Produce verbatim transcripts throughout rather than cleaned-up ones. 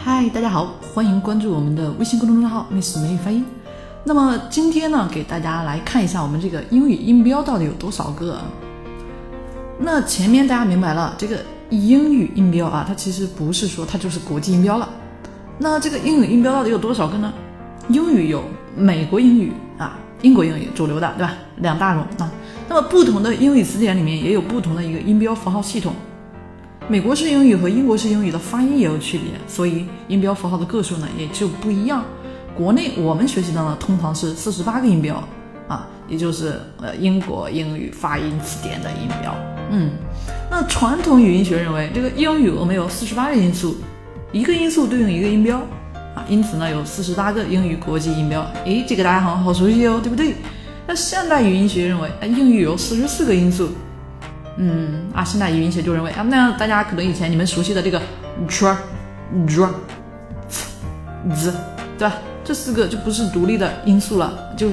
嗨，大家好，欢迎关注我们的微信公众账号 Miss 美语发音。那么今天呢，给大家来看一下我们这个英语音标到底有多少个。那前面大家明白了，这个英语音标啊，它其实不是说它就是国际音标了。那这个英语音标到底有多少个呢？英语有美国英语啊、英国英语主流的，对吧？两大种啊。那么不同的英语词典里面也有不同的一个音标符号系统。美国式英语和英国式英语的发音也有区别，所以音标符号的个数呢也就不一样。国内我们学习的呢通常是四十八个音标啊，也就是呃英国英语发音词典的音标。嗯，那传统语音学认为这个英语我们有四十八个因素，一个因素对应一个音标啊，因此呢有四十八个英语国际音标。诶，这个大家好像好熟悉哦，对不对？那现代语音学认为，啊，英语有四十四个因素。嗯啊，现代语音学就认为啊，那大家可能以前你们熟悉的这个 tr、dr、z， 对吧？这四个就不是独立的因素了，就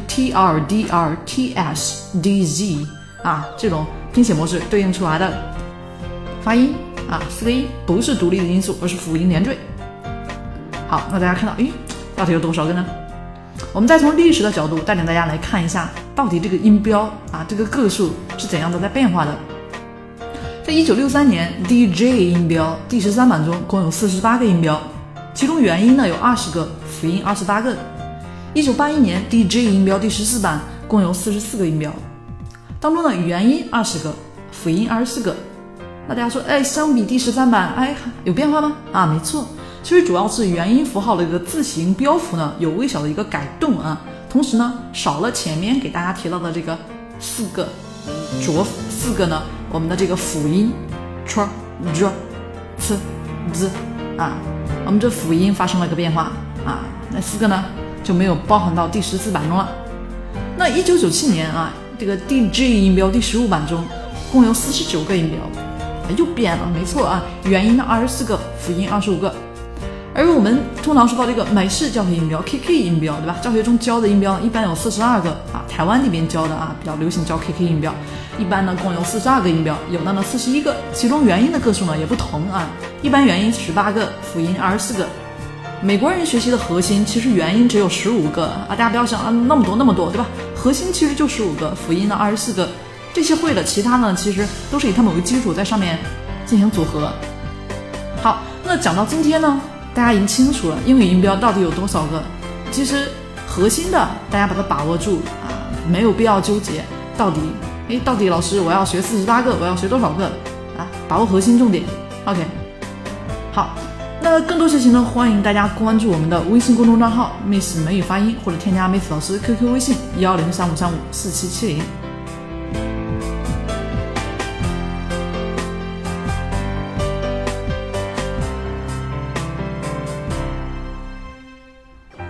tr、dr、ts、dz 啊，这种拼写模式对应出来的发音啊，四个音不是独立的因素，而是辅音连缀。好，那大家看到，诶，到底有多少个呢？我们再从历史的角度带领大家来看一下，到底这个音标啊，这个个数是怎样的在变化的。在一九六三年 D J 音标第十三版中共有四十八个音标，其中元音呢有二十个，辅音二十八个。一九八一年 D J 音标第十四版共有四十四个音标，当中呢元音二十个，辅音二十四个。那大家说，哎，相比第十三版，哎，有变化吗？啊，没错，其实主要是元音符号的一个字形标符呢有微小的一个改动啊，同时呢少了前面给大家提到的这个四个浊四个呢，我们的这个辅音 tr、dr、c、z 啊，我们这辅音发生了一个变化啊，那四个呢就没有包含到第十四版中了。那一九九七年啊，这个 D J 音标第十五版中共有四十九个音标，啊，又变了，没错啊，元音呢二十四个，辅音二十五个。而我们通常说到这个美式教学音标 K K 音标，对吧？教学中教的音标一般有四十二个啊，台湾那边教的啊，比较流行教 K K 音标，一般呢共有四十二个音标，有的呢四十一个，其中元音的个数呢也不同啊，一般元音十八个，辅音二十四个。美国人学习的核心其实元音只有十五个啊，大家不要想啊那么多那么多，对吧？核心其实就十五个，辅音呢二十四个，这些会的，其他呢其实都是以它某个基础在上面进行组合。好，那讲到今天呢，大家已经清楚了英语音标到底有多少个，其实核心的大家把它把握住啊，没有必要纠结到底诶到底老师我要学四十八个，我要学多少个啊，把握核心重点。 OK， 好，那更多学习呢，欢迎大家关注我们的微信公众账号 Miss 美语发音，或者添加 Miss 老师 Q Q 微信一零三五三五四七七零。